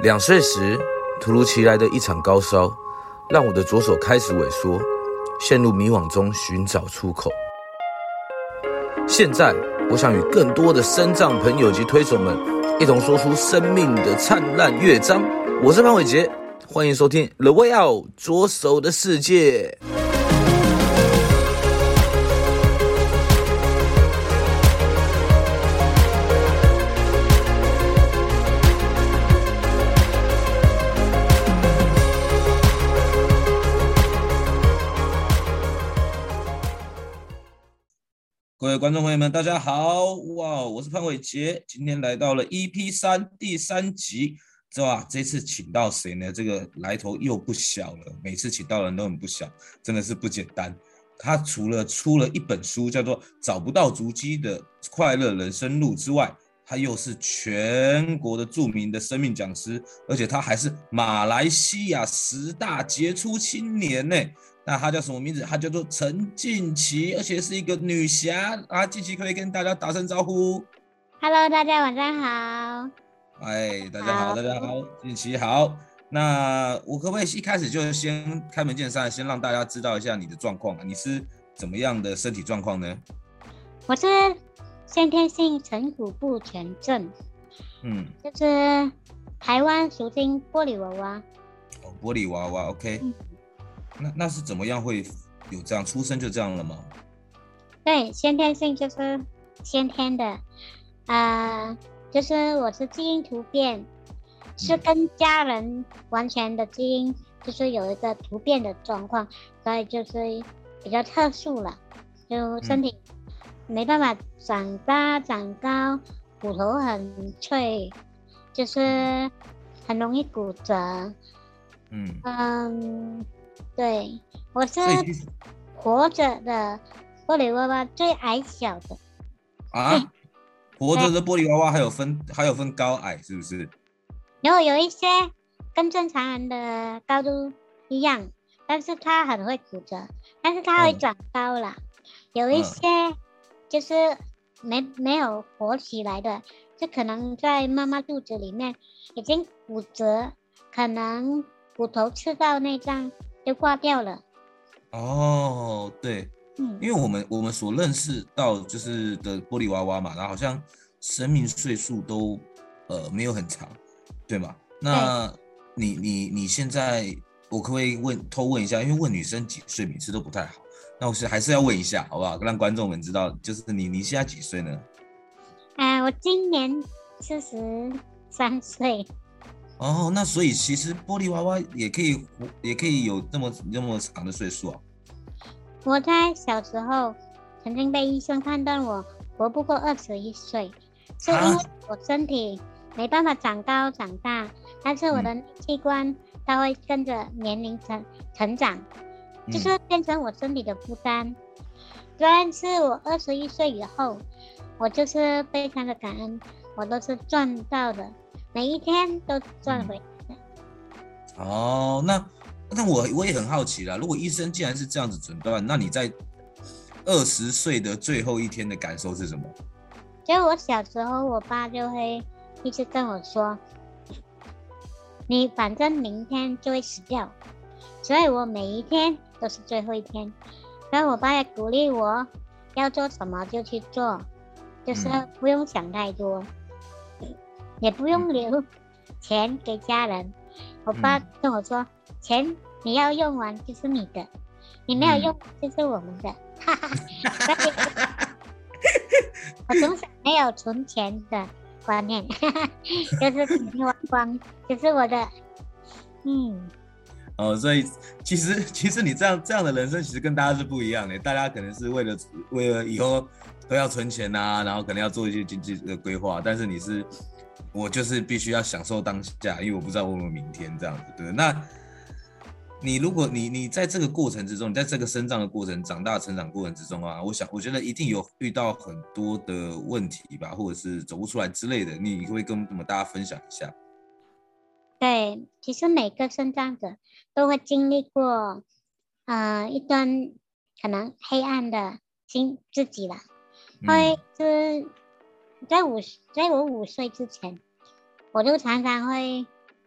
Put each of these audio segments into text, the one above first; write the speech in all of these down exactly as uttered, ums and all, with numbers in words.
两岁时，突如其来的一场高烧，让我的左手开始萎缩，陷入迷惘中寻找出口。现在，我想与更多的身障朋友及推手们一同说出生命的灿烂乐章。我是潘伟杰，欢迎收听 The Way Out 左手的世界。各位观众朋友们，大家好！哇，我是潘伟杰，今天来到了 E P 三第三集，哇，这次请到谁呢？这个来头又不小了，每次请到的人都很不小，真的是不简单。他除了出了一本书叫做《找不到足迹的快乐人生路》之外，他又是全国的著名的生命讲师，而且他还是马来西亚十大杰出青年呢。那她叫什么名字？她叫做陈静琪，而且是一个女侠啊！静琪可以跟大家打声招呼。 Hello， 大家晚上好。 哎，大家好，大家好，静琪好。那我可不可以一开始就先开门见山，先让大家知道一下你的状况？你是怎么样的身体状况呢？ 我是先天性成骨不全症，嗯，就是台湾俗称玻璃娃娃。 哦，玻璃娃娃 ，OK。嗯那, 那是怎么样会有这样出生就这样了吗？ 对，先天性就是先天的，呃，就是我是基因突变，是跟家人完全的基因就是有一个突变的状况，所以就是比较特殊了，就身体没办法长大长高，骨头很脆，就是很容易骨折。嗯嗯。对，我是活着的玻璃娃娃最矮小的啊！活着的玻璃娃娃还有分还有分高矮是不是？ 然后有一些跟正常人的高度一样，但是他很会骨折，但是他会长高了。嗯、有一些就是没没有活起来的，就可能在妈妈肚子里面已经骨折，可能骨头刺到内脏。就挂掉了。 哦，对，嗯，因为我们我们所认识到就是的玻璃娃娃嘛，然后好像生命岁数都呃没有很长，对吗？那你你你现在我可不可以问偷问一下？因为问女生几岁每次都不太好，那我是还是要问一下，好不好？让观众们知道，就是你你现在几岁呢？ 啊、呃，我今年四十三岁。 哦，那所以其实玻璃娃娃也可以，也可以有这么这么长的岁数啊。 我在小时候曾经被医生判断我活不过二十一岁，是因为我身体没办法长高长大，但是我的器官它会跟着年龄成成长，嗯、就是变成我身体的负担。但是我二十一岁以后，我就是非常的感恩，我都是赚到的。每一天都赚回来、嗯、 哦，那那我我也很好奇啦。如果医生既然是这样子诊断，那你在二十岁的最后一天的感受是什么？ 就我小时候，我爸就会一直跟我说：“你反正明天就会死掉，所以我每一天都是最后一天。”然后我爸也鼓励我要做什么就去做，就是不用想太多。嗯，也不用留钱给家人，嗯、我爸跟我说：“钱你要用完就是你的，你没有用完就是我们的。嗯”我从小没有存钱的观念，就是钱花光，就是我的，嗯。 哦，所以其实其实你这样这样的人生其实跟大家是不一样的，大家可能是为了为了以后都要存钱啊，然后可能要做一些经济的规划，但是你是。我就是必须要享受当下，因为我不知道我有没有明天这样子，对。那你如果你你在这个过程之中，你在这个生长的过程、长大成长过程之中啊，我想我觉得一定有遇到很多的问题吧，或者是走不出来之类的，你会跟我们大家分享一下？ 对，其实每个生长者都会经历过，呃，一段可能黑暗的经自己啦，会是。在五在我五岁之前，我就常常会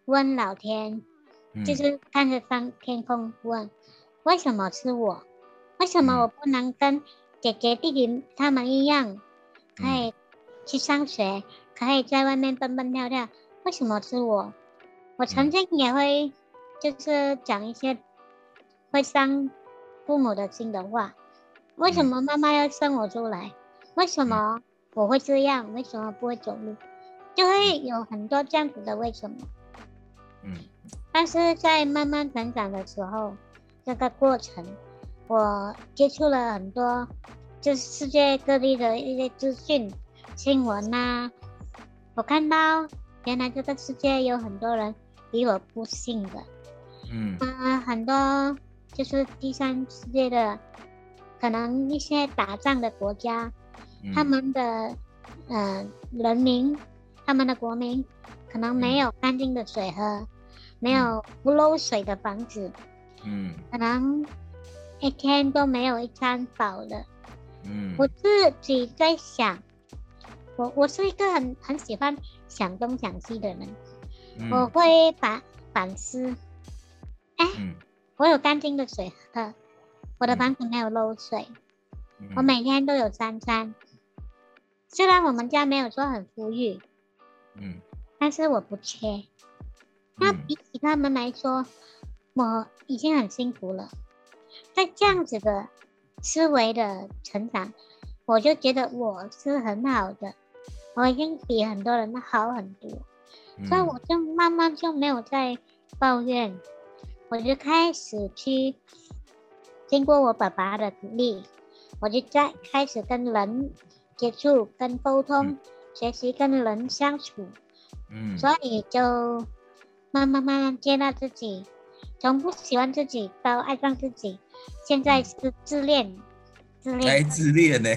问老天， 嗯就是看着上天空问，为什么是我？为什么嗯我不能跟姐姐弟弟他们一样，可嗯以去上学，可以在外面蹦蹦跳跳？为什么是我？我曾嗯经也会就是讲一些会伤父母的心的话。为什嗯么妈妈要生我出来？为什嗯么我会这样？为什么不会走路？就会有很多这样子的为什么。 嗯但是在慢慢成长的时候，这个过程，我接触了很多，就是世界各地的一些资讯、新闻呐、我看到原来这个世界有很多人比我不幸的， 嗯嗯、很多就是第三世界的，可能一些打仗的国家，他嗯们的呃人民，他们的国民可能没有干净的水喝，没有不漏水的房子， 嗯可能一天都没有一餐饱的。 嗯我自己在想，我我是一个很很喜欢想东想西的人，我嗯会把反思，哎， 嗯我有干净的水喝，我的嗯房子没有漏水， 嗯我每天都有三餐。虽然我们家没有说很富裕， 嗯但是我不缺。那嗯比起他们来说，我已经很幸福了。在这样子的思维的成长，我就觉得我是很好的，我已经比很多人好很多，所以我就慢慢就没有再抱怨，我就开始去经过我爸爸的鼓励，我就在开始跟人接触、跟沟通， 嗯学习跟人相处， 嗯所以就慢慢慢慢接纳自己，从不喜欢自己到爱上自己，现在是自恋，自哎， 恋。 自恋呢？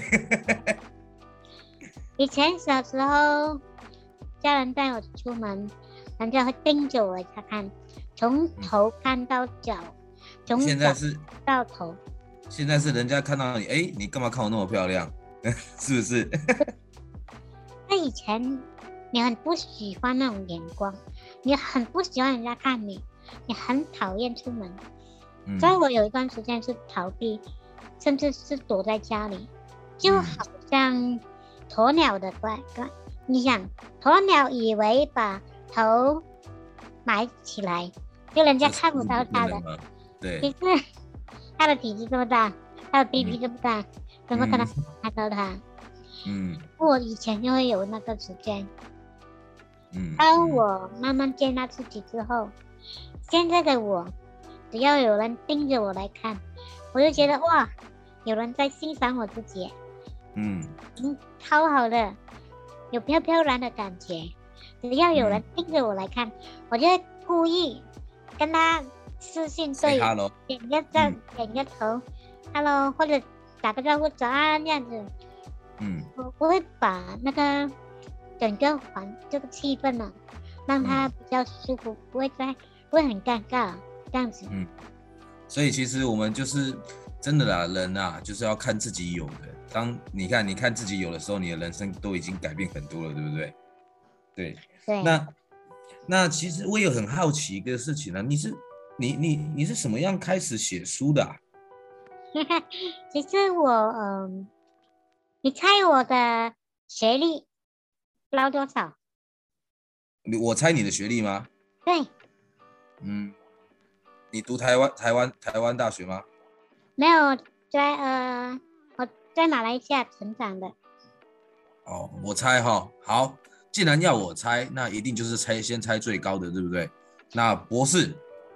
以前小时候，家人带我出门，人家会盯着我看，从头看到脚，从脚现在是到头。 现在是人家看到你，哎，你干嘛看我那么漂亮？是不是？ 那以前你很不喜欢那种眼光，你很不喜欢人家看你，你很讨厌出门。 嗯所以我有一段时间是逃避，甚至是躲在家里，就好像鸵鸟的怪怪。你想，鸵鸟以为把头埋起来，就人家看不到它的， 吗？对， 可是它的体积这么大，它的鼻皮这么大，怎么可能嗯看到它？ 嗯我以前就会有那个时间。 嗯， 当我慢慢接纳自己之后，现在的我，只要有人盯着我来看，我就觉得哇，有人在欣赏我自己， 嗯嗯，超好的，有飘飘然的感觉。只要有人盯着我来看，我就会故意跟他视线对， ，say hello， 点个赞，点个头，hello，或者打个招呼，早安这样子。 嗯我我会把那个整个环这个气氛呢、让它比较舒服，不会再不会很尴尬这样子。 嗯，所以其实我们就是真的啦，人啊，就是要看自己有的。当你看你看自己有的时候，你的人生都已经改变很多了，对不对？对， 对， 那那其实我也很好奇一个事情啊，你是你你你是什么样开始写书的啊？ 其实我嗯，你猜我的学历捞多少？ 你我猜你的学历吗？ 对， 嗯，你读台湾台湾台湾大学吗？ 没有在呃，我在马来西亚成长的。 哦，我猜哈，好，既然要我猜，那一定就是猜先猜最高的，对不对？那博士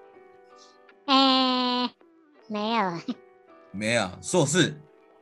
哎，没有， 没有，硕士，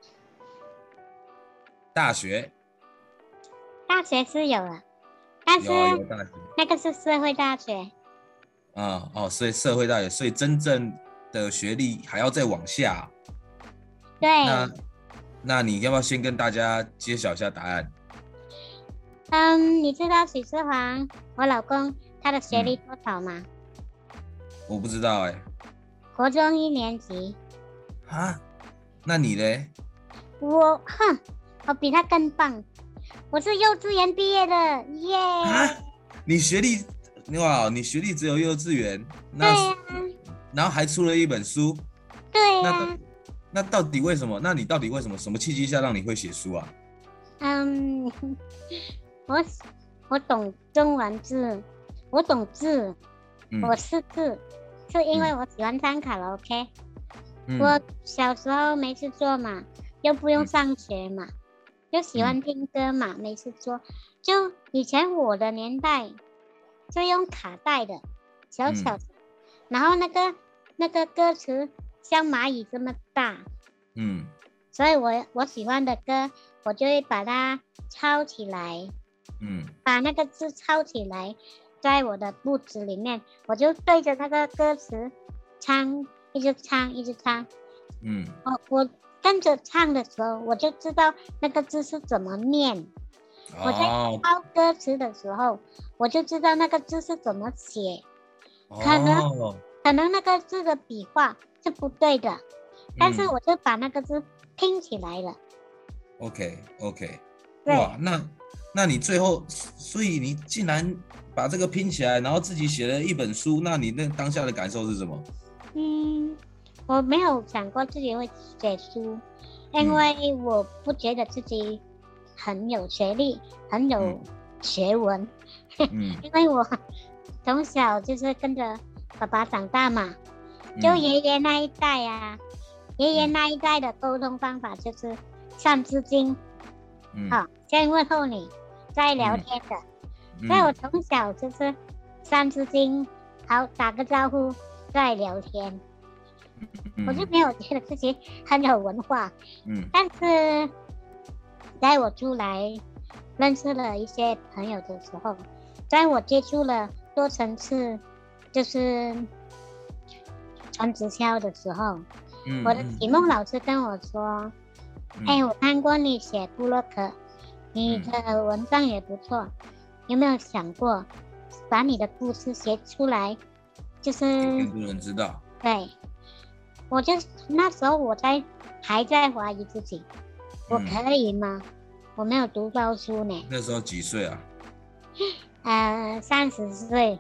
大学大学是有了，但是有有大学， 那个是社会大学。 啊、哦，所以社会大学，所以真正的学历还要再往下。 对， 那那你要不要先跟大家揭晓一下答案？ 嗯，你知道许志煌，我老公他的学历多少吗？ 我不知道哎、 国中一年级。 啊，那你嘞？ 我哼，我比他更棒，我是幼稚园毕业的，耶、 啊，你学历哇，你学历只有幼稚园，那对呀、 然后还出了一本书， 对那呀、 那到底为什么？那你到底为什么？什么契机下让你会写书啊？ 嗯，我我懂中文字，我懂字， 嗯我识字，是因为嗯我喜欢唱卡拉 OK。 嗯我小时候没事做嘛，又不用嗯上学嘛，就喜嗯欢听歌嘛，没事做。就以前我的年代，就用卡带的，小小嗯的，然后那个那个歌词像蚂蚁这么大， 嗯所以我我喜欢的歌，我就会把它抄起来， 嗯把那个字抄起来，在我的簿子里面，我就对着那个歌词唱，一直唱，一直唱。 嗯我我跟着唱的时候，我就知道那个字是怎么念。我在哦抄歌词的时候，我就知道那个字是怎么写。可能哦可能那个字的笔画是不对的，但是嗯我就把那个字拼起来了。 ，OK OK，哇， 对， 那那你最后，所以你竟然把这个拼起来，然后自己写了一本书，那你那当下的感受是什么？ 嗯，我没有想过自己会写书，因嗯为我不觉得自己很有学历，很有嗯学问， 嗯因为我从小就是跟着爸爸长大嘛，就嗯爷爷那一代啊，爷爷嗯那一代的沟通方法就是三字经， 嗯好，先问候你，再聊嗯天的， 嗯所以我从小就是三字经，好打个招呼，再聊天。我就嗯没有觉得自己很有文化， 嗯但是在我出来认识了一些朋友的时候，在我接触了多层次就是传直销的时候， 嗯我的启蒙老师跟我说：“哎，我看过你写部落格，你的文章也不错，有没有想过把你的故事写出来？就是给更多人知道。 对。”我就那时候我在还在怀疑自己，我嗯可以吗？我没有读到书呢， 那时候几岁啊呃，三十岁。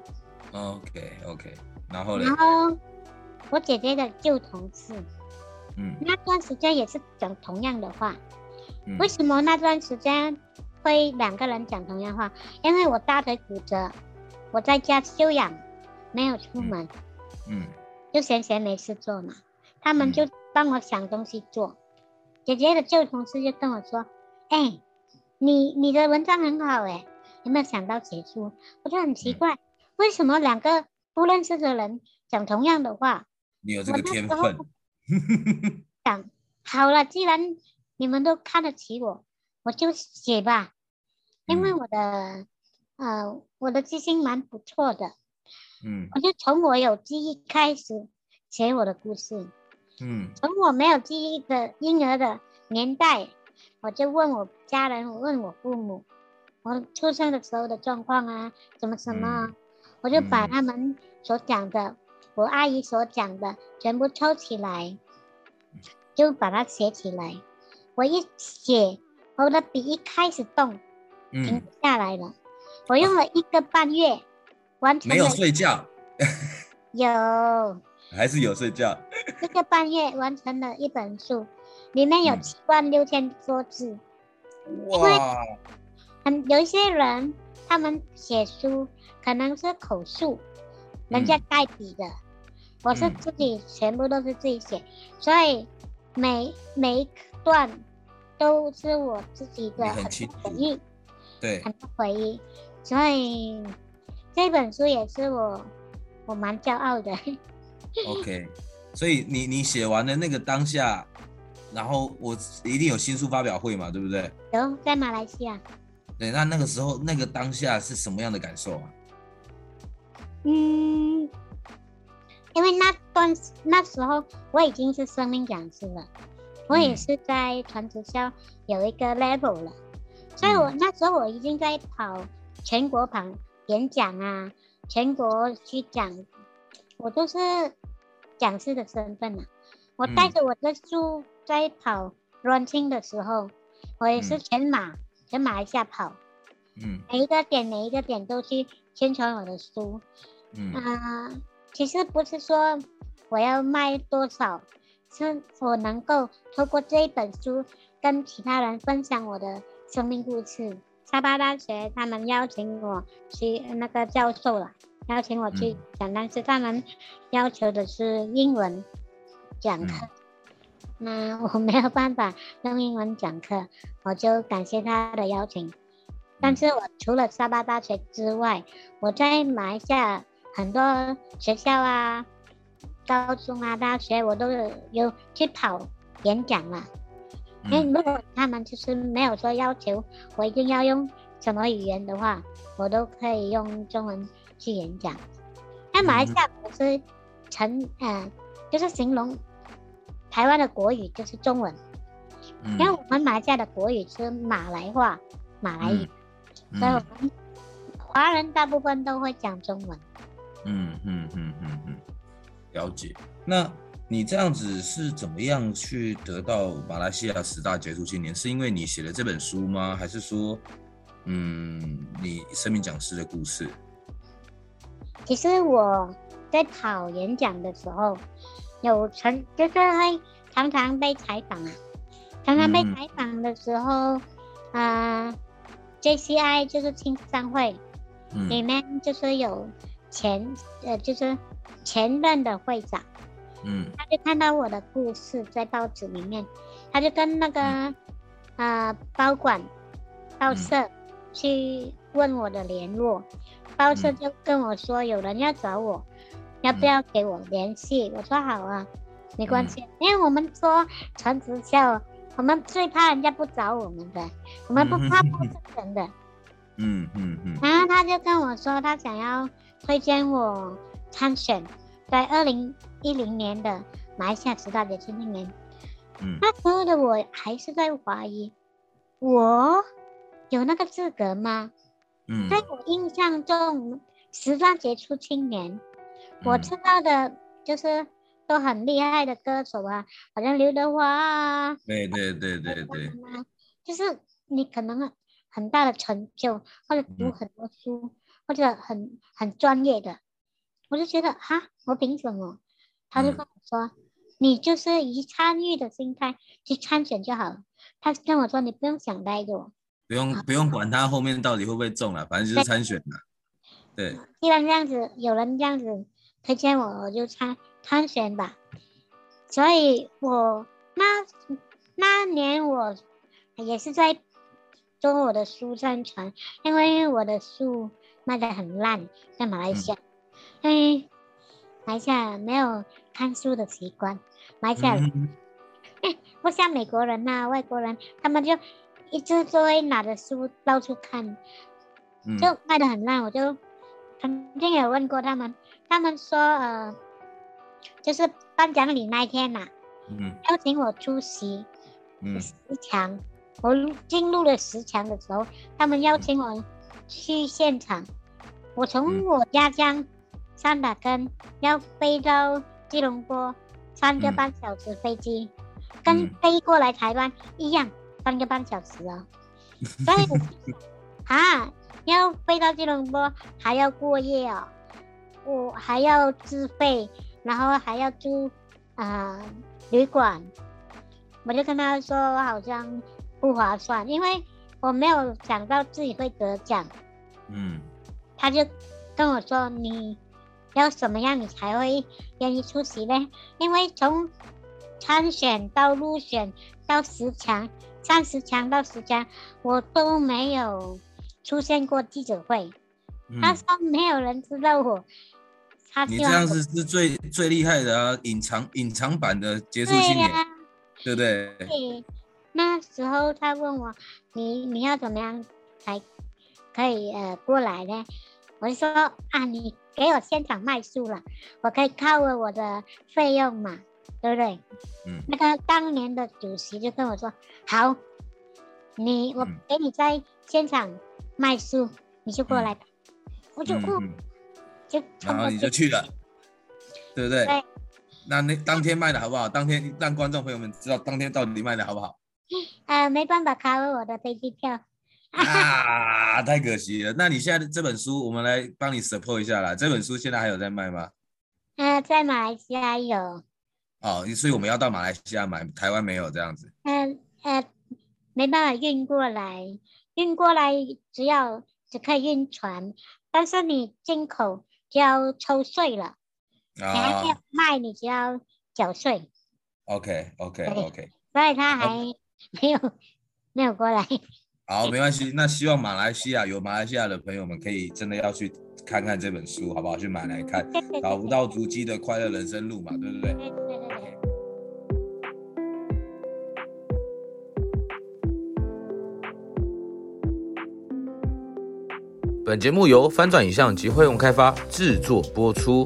？OK OK，然后嘞然，后我姐姐的旧同事， 嗯那段时间也是讲同样的话。 嗯为什么那段时间会两个人讲同样话？因为我大腿骨折，我在家休养，没有出门， 嗯就闲闲没事做嘛。他们就帮我想东西做。姐姐的旧同事就跟我说：“哎，你你的文章很好哎，有没有想到写书？”我就很奇怪，为什么两个不认识的人讲同样的话？ 你有这个我那时候天分。 想，好了，既然你们都看得起我，我就写吧，因为嗯我的呃我的记性蛮不错的， 嗯我就从我有记忆开始写我的故事。 嗯从我没有记忆的婴儿的年代，我就问我家人，我问我父母，我出生的时候的状况啊，什么什么啊， 嗯我就把嗯他们所讲的，我阿姨所讲的全部抽起来，就把它写起来。我一写，我的笔一开始动，停嗯， 不下来了。我用了一个半月完没有成了， 睡觉， 有还是有睡觉。 一个半月完成了一本书，里面有嗯七万六千多字。 哇， 很有一些人，他们写书可能是口述，人家嗯代笔的，我是嗯自己全部都是自己写，所以每每一段都是我自己的你很很清楚， 多回忆， 对， 很多回忆，所以这本书也是我我蛮骄傲的。 OK，所以你你写完的那个当下，然后我一定有新书发表会嘛，对不对？ 有在马来西亚， 对，那那个时候那个当下是什么样的感受啊？ 嗯，因为那段那时候我已经是生命讲师了，我也是在传直销有一个 level 了，所以我那时候我已经在跑全国跑演讲啊，全国去讲，我都是讲师的身份嘛。我带着我的书在跑 launching 的时候，我也是全马全马来西亚跑， 嗯， 每一个点每一个点都去宣传我的书。 嗯啊、呃，其实不是说我要卖多少，是我能够透过这一本书跟其他人分享我的生命故事。沙巴大学他们邀请我去那个教授了，邀请我去讲，但是他们要求的是英文讲课。那我没有办法用英文讲课，我就感谢他的邀请。但是我除了沙巴大学之外，我在马来西亚很多学校啊、高中啊、大学，我都有有去跑演讲了。因为如果他们就是没有说要求我一定要用什么语言的话，我都可以用中文去演讲。那马来西亚不是成呃，就是形容台湾的国语就是中文，因为我们马来西亚的国语是马来话、马来语，嗯、所以我们华人大部分都会讲中文。 嗯嗯嗯嗯嗯，了解。那你这样子是怎么样去得到马来西亚十大杰出青年？是因为你写了这本书吗？还是说，嗯，你生命讲师的故事？ 其实我在跑演讲的时候，有曾就是会常常被采访啊，常常被采访的时候，啊、嗯呃、，J C I 就是青商会、嗯、里面就是有前呃就是前任的会长。嗯，他就看到我的故事在报纸里面，他就跟那个、嗯、呃报馆报社去问我的联络，嗯、报社就跟我说有人要找我，嗯、要不要给我联系？我说好啊，没关系，嗯、因为我们说传直销，我们最怕人家不找我们的，我们不怕不是人的。嗯嗯嗯。然后他就跟我说，他想要推荐我参选。在二零一零年的马来西亚十大杰出青年，嗯，那时候的我还是在怀疑，我有那个资格吗？嗯，在我印象中，十大杰出青年，嗯、我知道的就是都很厉害的歌手啊，好像刘德华啊， 对对对对对， 就是你可能很大的成就，或者读很多书，嗯、或者很很专业的。我就觉得哈，我凭什么？他就跟我说，嗯、你就是以参与的心态去参选就好了。他跟我说，你不用想太多， 不用不用管他后面到底会不会中了，反正就是参选了。对， 既然这样子，有人这样子推荐我，我就参参选吧。所以我那那年我也是在做我的书宣传，因为我的书卖得很烂，在马来西亚。嗯因为马来西亚没有看书的习惯，马来西亚人、嗯、不像美国人呐、啊、外国人，他们就一直都会拿着书到处看，就卖得很烂。我就曾经有问过他们，他们说呃，就是颁奖礼那一天呐、啊，嗯，邀请我出席十强，嗯、我进入了十强的时候，他们邀请我去现场，我从我家乡三打根要飞到吉隆坡三个半小时飞机，嗯、跟飞过来台湾一样，三个半小时哦。所以啊，要飞到吉隆坡还要过夜哦，我还要自费，然后还要住啊、呃、旅馆。我就跟他说好像不划算，因为我没有想到自己会得奖。嗯，他就跟我说你要什么样你才会愿意出席呢？因为从参选到入选到十强，三十强到十强，我都没有出现过记者会。嗯、他说没有人知道我。他你这样子是最最厉害的啊，隐藏隐藏版的杰出青年， 对,、啊、对不对？ 对。那时候他问我，你你要怎么样才可以呃过来呢？我就说啊，你给我现场卖书了，我可以 cover 我的费用嘛，对不对？嗯。那个当年的主席就跟我说，好，你我给你在现场卖书，嗯、你就过来吧。嗯、我就嗯。嗯就然后你就去了，对不对？对。那那当天卖的好不好？当天让观众朋友们知道当天到底卖的好不好？ 呃，没办法 cover 我的飞机票。 啊，太可惜了。那你现在的这本书，我们来帮你 support 一下啦。这本书现在还有在卖吗？ 呃，在马来西亚有， 哦，所以我们要到马来西亚买，台湾没有这样子。 嗯呃，呃没办法运过来，运过来只要只可以运船，但是你进口就要抽税了，你还没有啊卖，你就要缴税。 ，OK OK 对， OK， 所以他好， 还没有没有过来。 好，没关系。那希望马来西亚有马来西亚的朋友们可以真的要去看看这本书，好不好？去买来看， 对对对找不到足迹的快乐人生路嘛，对不对？ 对对对对。 本节目由翻转影像及会用开发制作播出。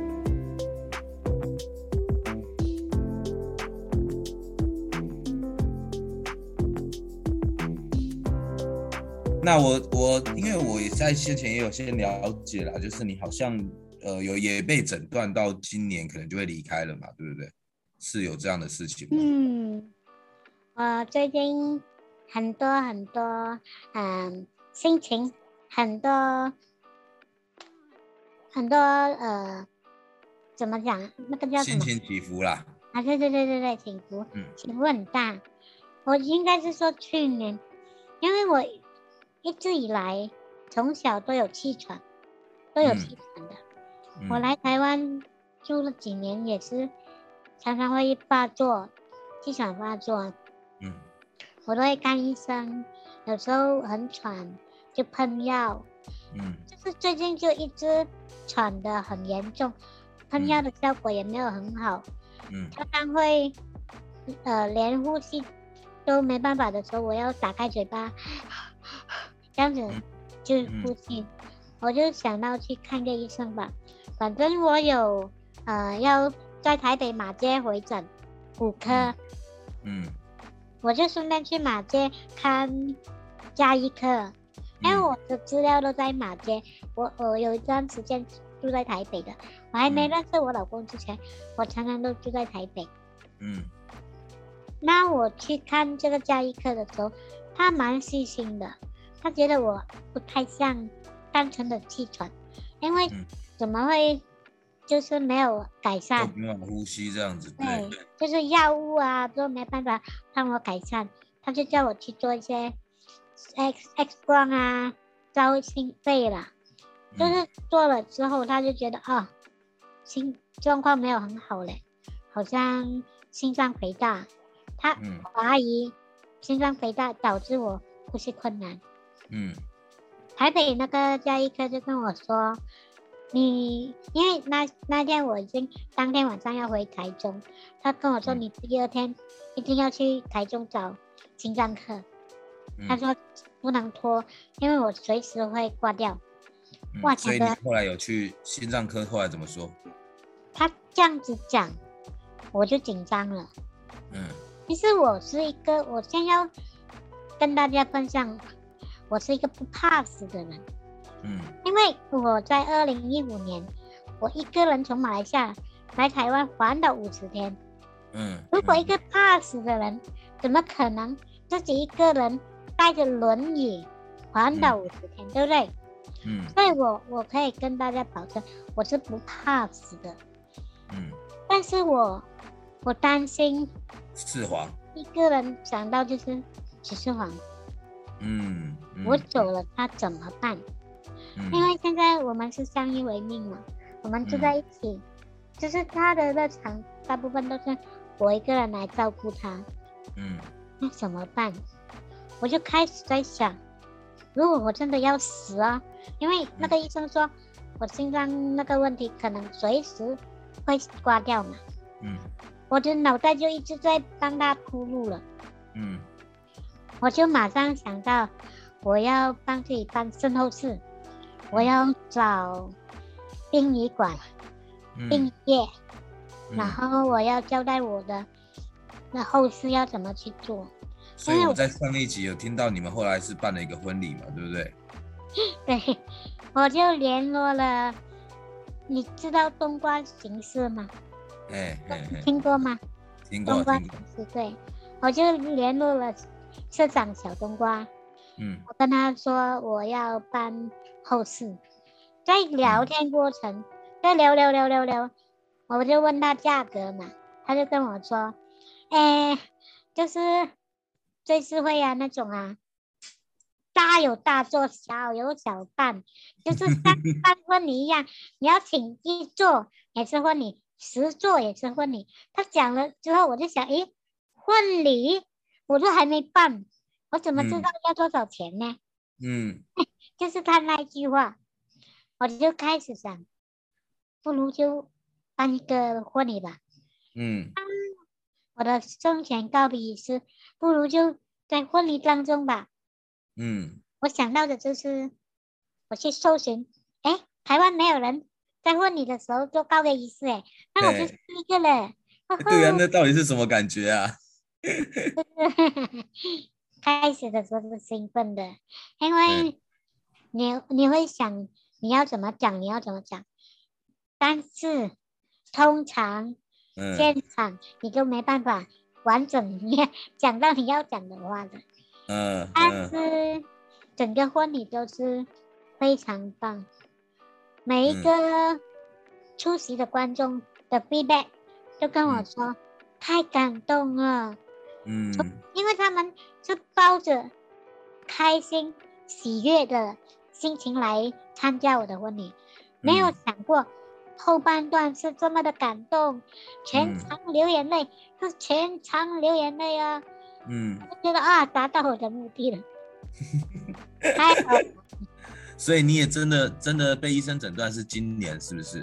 那我我因为我也在先前也有先了解啦，就是你好像呃有也被诊断到今年可能就会离开了嘛，对不对？是有这样的事情吗？ 嗯，我最近很多很多，嗯，心情很多很多呃，怎么讲？那个叫什么？ 心情起伏啦。 啊，对对对对对，起伏嗯起伏很大。我应该是说去年，因为我一直以来从小都有气喘，都有嗯气喘的。 嗯我来台湾住了几年，也是常常会发作，气喘发作， 嗯我都会看医生，有时候很喘就喷药， 嗯就是最近就一直喘得很严重，喷药的效果也没有很好， 嗯常常会呃连呼吸都没办法的时候，我要打开嘴巴，这样子就呼吸，我就想到去看个医生吧，反正我有呃要在台北马街回诊骨科， 嗯我就顺便去马街看加医科，因为我的资料都在马街，我我有一段时间住在台北的，我还没认识我老公之前，我常常都住在台北。 嗯那我去看这个加医科的时候，他蛮细心的，他觉得我不太像单纯的气喘，因为嗯怎么会就是没有改都善， 没办法呼吸这样子，对。 对，就是药物啊都没办法让我改善，他就叫我去做一些 X X 光啊，照心肺啦，就是做了之后，他就觉得啊、哦，心状况没有很好嘞，好像心脏肥大，他怀疑心脏肥大导致我呼吸困难。 嗯， 台北那个加医科就跟我说，你因为那那天我已经当天晚上要回台中，他跟我说你第二天一定要去台中找心脏科， 嗯、 他说不能拖，因为我随时会挂掉。 嗯、 哇， 所以你后来有去心脏科，后来怎么说？ 他这样子讲，我就紧张了。 嗯， 其实我是一个，我先要跟大家分享，我是一个不怕死的人。 嗯， 因为我在二零一五年，我一个人从马来西亚来台湾环岛五十天。 嗯， 如果一个怕死的人，怎么可能自己一个人带着轮椅环岛五十天，嗯、对不对？ 嗯， 所以我我可以跟大家保证，我是不怕死的。 嗯， 但是我我担心四黄一个人想到就是只是黄。 嗯，嗯我走了，他怎么办？ 嗯、 因为现在我们是相依为命嘛，我们住在一起，嗯、就是他的日常大部分都是我一个人来照顾他。 嗯， 那怎么办？我就开始在想，如果我真的要死啊，因为那个医生说我心脏那个问题可能随时会挂掉嘛。 嗯， 我的脑袋就一直在帮他铺路了。 嗯， 我就马上想到，我要帮自己办身后事。我要找殡仪馆、殡业、嗯，然后我要交代我的那后事要怎么去做。 所以我在上一集有听到你们后来是办了一个婚礼嘛，对不对？ 对，我就联络了，你知道冬瓜形式吗？ 哎哎哎， 听过吗？ 听过， 冬瓜形式，对，我就联络了社长小冬瓜。 嗯， 我跟他说我要办后事，在聊天过程，在聊聊聊聊聊，我就问他价格嘛，他就跟我说，哎，就是追思会啊那种啊，大有大做，小有小办，就是像办婚礼一样，你要请一桌也是婚礼，十桌也是婚礼。他讲了之后，我就想，诶，婚礼我都还没办，我怎么知道要多少钱呢？ 嗯， 就是他那一句话，我就开始想，不如就办一个婚礼吧。 嗯， 我的生前告别仪式，不如就在婚礼当中吧。 嗯， 我想到的就是我去搜寻，哎，台湾没有人在婚礼的时候做告别仪式，哎，那我就试嘿， 一个了。呵对啊， 呵， 那到底是什么感觉啊？ 开始的时候是兴奋的，因嗯为你你会想你要怎么讲，你要怎么讲，但是通常嗯现场你就没办法完整你讲到你要讲的话的。但嗯嗯是整个婚礼都是非常棒，每一嗯个出席的观众的 feedback 都跟我嗯说太感动了， 嗯因为他们是抱着开心喜悦的心情来参加我的婚礼，没有嗯想过后半段是这么的感动，全嗯场流眼泪，是全场流眼泪啊！ 嗯， 我觉得啊，达到我的目的了，太好了。 所以你也真的真的被医生诊断是今年是不是？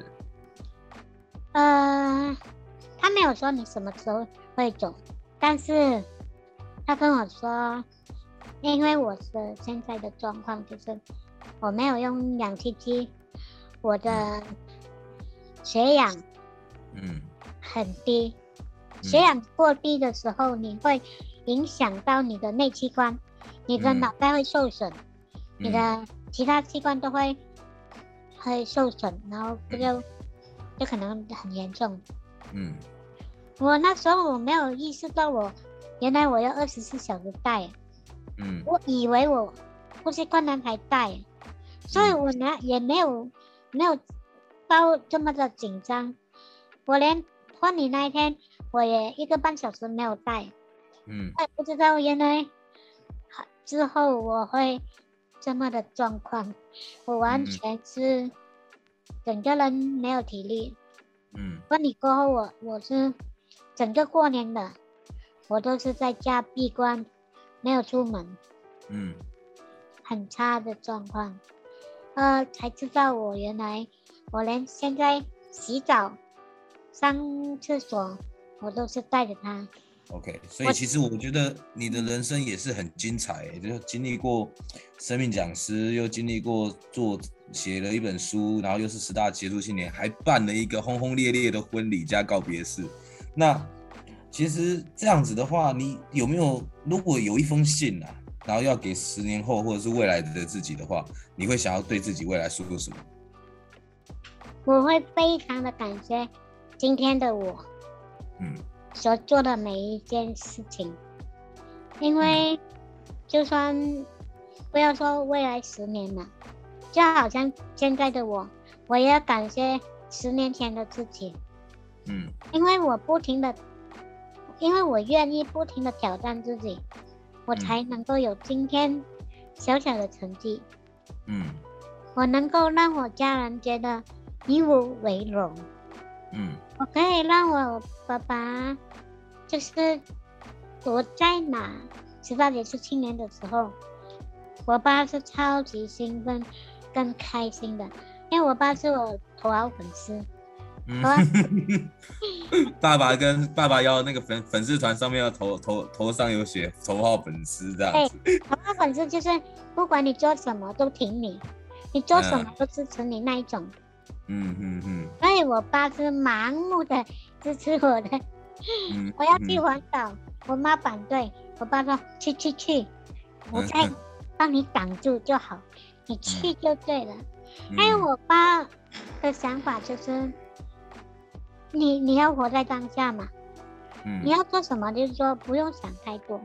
呃，他没有说你什么时候会走，但是他跟我说，因为我的现在的状况就是我没有用氧气机，我的血氧嗯很低， 嗯血氧过低的时候，你会影响到你的内器官，你的嗯脑袋会受损，你嗯的其他器官都会会受损，然后就就可能很严重。 嗯我那时候我没有意识到我原来我要二十四小时戴， 嗯我以为我呼吸困难才戴，所以我呢也没有没有到这么的紧张。我连婚礼那一天我也一个半小时没有戴， 嗯我也不知道原来之后我会这么的状况，我完全是整个人没有体力。 嗯婚礼过后我我是整个过年的我都是在家闭关，没有出门， 嗯很差的状况。呃，才知道我原来我连现在洗澡、上厕所我都是带着它。 ，OK，所以其实我觉得你的人生也是很精彩，就是经历过生命讲师，又经历过做写了一本书，然后又是十大杰出青年，还办了一个轰轰烈烈的婚礼加告别式。那其实这样子的话，你有没有如果有一封信啊，然后要给十年后或者是未来的自己的话，你会想要对自己未来说什么？ 我会非常的感谢今天的我嗯所做的每一件事情，因为就算不要说未来十年了，就好像现在的我，我也要感谢十年前的自己， 嗯因为我不停的，因为我愿意不停的挑战自己，我才能够有今天小小的成绩， 嗯我能够让我家人觉得以我为荣， 嗯我可以让我爸爸，就是我在哪十大杰出青年的时候，我爸是超级兴奋跟开心的，因为我爸是我头号粉丝。 嗯好啊， 爸爸跟爸爸要那个粉粉丝团上面要头头头上有写头号粉丝这样子。 头号粉丝就是不管你做什么都挺你，你做什么都支持你那一种。 嗯嗯嗯所以我爸是盲目的支持我的。 嗯， 我要去环岛，我妈反对，我爸说去去去，我再帮你挡住就好，你去就对了。 嗯还有我爸的想法就是，你你要活在当下嘛， 嗯你要做什么就是说不用想太多，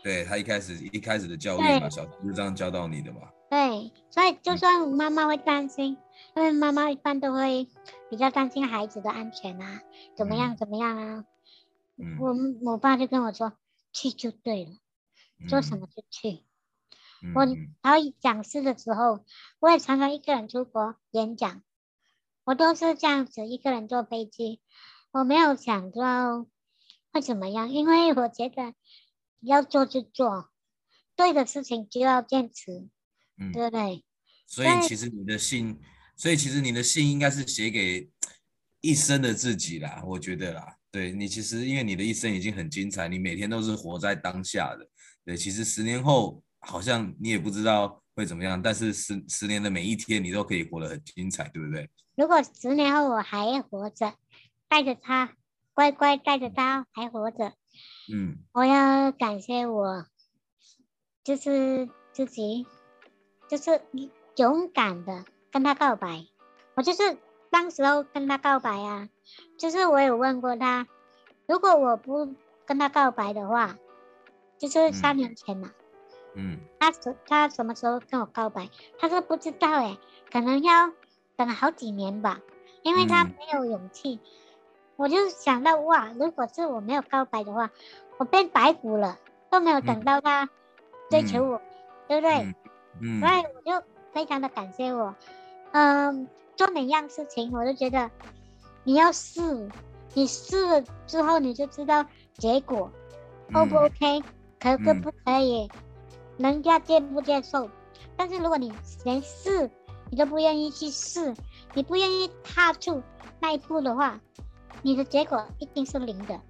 对他一开始一开始的教育嘛， 对小时候就这样教到你的嘛。 对，所以就嗯算妈妈会担心，因为妈妈一般都会比较担心孩子的安全啊，怎么样嗯怎么样啊。 嗯我我爸就跟我说，去就对了，做什嗯么就去。我嗯嗯然后讲师的时候，我也常常一个人出国演讲，我都是这样子一个人坐飞机，我没有想到会怎么样，因为我觉得要做就做，对的事情就要坚持， 嗯， 对不对？ 所所以以其实你的信，所以其实你的信应该是写给一生的自己啦，我觉得啦。对你其实因为你的一生已经很精彩，你每天都是活在当下的。对，其实十年后好像你也不知道会怎么样，但是十十年的每一天你都可以活得很精彩，对不对？ 如果十年后我还活着，带着他，乖乖带着他还活着， 嗯我要感谢我，就是自己，就是勇敢的跟他告白。我就是当时候跟他告白啊，就是我有问过他，如果我不跟他告白的话，就是三嗯年前嘛， 嗯他什他什么时候跟我告白？他说不知道哎，可能要等好几年吧，因为他没嗯有勇气。我就想到哇，如果是我没有告白的话，我变白骨了，都没有等嗯到他追求嗯我，对不对？ 嗯所以嗯我就非常的感谢我，嗯，做每样事情我都觉得你要试，你试了之后你就知道结果 O 不 OK，可可嗯不可以，人家接不接受。但是如果你连试你都不愿意去试，你不愿意踏出那一步的话，你的结果一定是零的。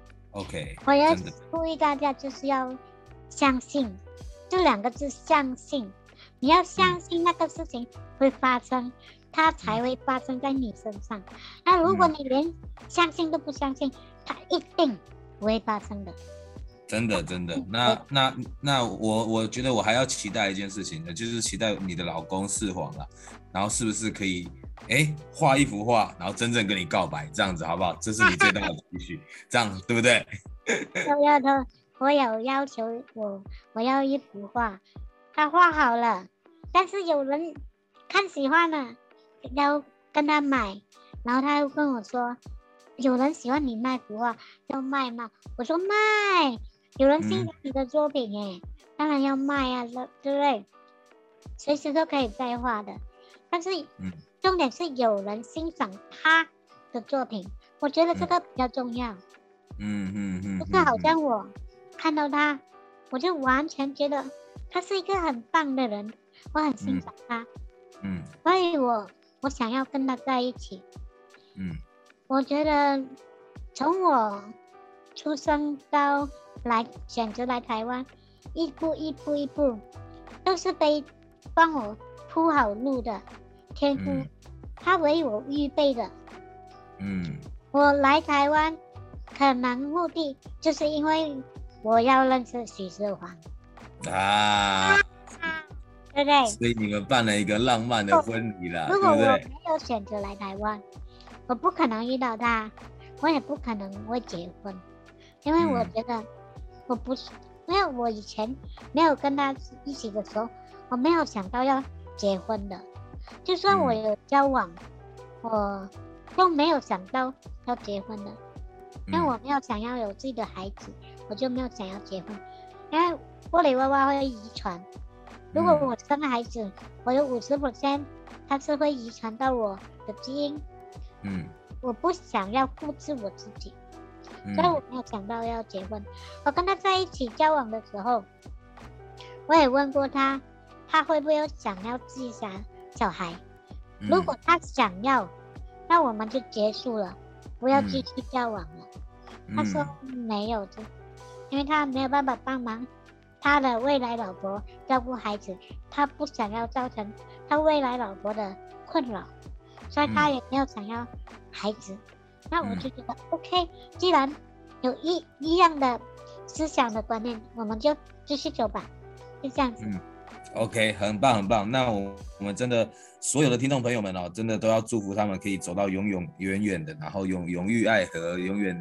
，OK， 我要真的， 呼吁大家就是要相信，这两个字相信，你要相信那个事情会发生，它才会发生在你身上。那如果你连相信都不相信，它一定不会发生的。 真的真的。那那那我我觉得我还要期待一件事情呢，就是期待你的老公四皇了，然后是不是可以哎画一幅画，然后真正跟你告白，这样子好不好？这是你最大的期许，这样对不对？ 都要的，我有要求我我要一幅画，他画好了，但是有人看喜欢了，要跟他买，然后他又跟我说，有人喜欢你卖幅画，要卖吗？我说卖，有人欣赏你的作品哎，嗯、当然要卖啊，对不对？随时都可以再画的，但是重点是有人欣赏他的作品，我觉得这个比较重要。 嗯嗯嗯， 就是好像我看到他，我就完全觉得他是一个很棒的人，我很欣赏他， 嗯， 所以我我想要跟他在一起。 嗯， 我觉得从我出生到来选择来台湾，一步一步一步都是被帮我铺好路的天父， 嗯他为我预备的。 嗯， 我来台湾可能目的就是因为我要认识许世煌啊， 对不对？ 所以你们办了一个浪漫的婚礼啦， 如果我对不对？ 没有选择来台湾，我不可能遇到他，我也不可能会结婚，因为我觉得我不是，因为我以前没有跟他一起的时候，我没有想到要结婚的，就算我有交往，我都没有想到要结婚的。因为我没有想要有自己的孩子，我就没有想要结婚。因为玻璃娃娃会遗传，如果我生孩子，我有五十 percent， 它是会遗传到我的基因。嗯，我不想要复制我自己，所以我没有想到要结婚。我跟他在一起交往的时候，我也问过他，他会不会有想要自己想小孩？如果他想要，那我们就结束了。不要继续交往了。嗯、他说没有，就因为他没有办法帮忙他的未来老婆照顾孩子，他不想要造成他未来老婆的困扰，所以他也没有想要孩子。嗯、那我就觉得、嗯、OK， 既然有一一样的思想的观念，我们就继续走吧，就这样子。嗯 OK， 很棒很棒。那我我们真的所有的听众朋友们哦，真的都要祝福他们可以走到永永远远的，然后永永浴爱河，永远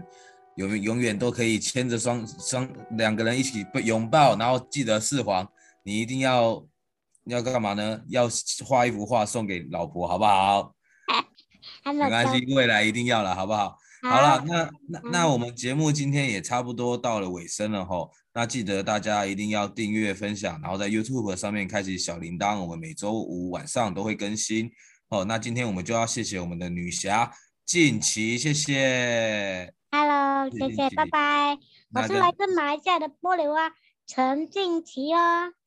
永永远都可以牵着双双两个人一起被拥抱，然后记得四黄，你一定要要干嘛呢？要画一幅画送给老婆，好不好？ 还没有交。 没关系，未来一定要了，好不好？好好， 了，那那那嗯， 我们节目今天也差不多到了尾声了吼。那记得大家一定要订阅、分享，然后在 YouTube 上面开启小铃铛，我们每周五晚上都会更新。哦，那今天我们就要谢谢我们的女侠静琪，谢谢， Hello， 谢谢谢谢，拜静琪。 拜。我那跟是来自马来西亚的玻璃蛙陈静琪哦。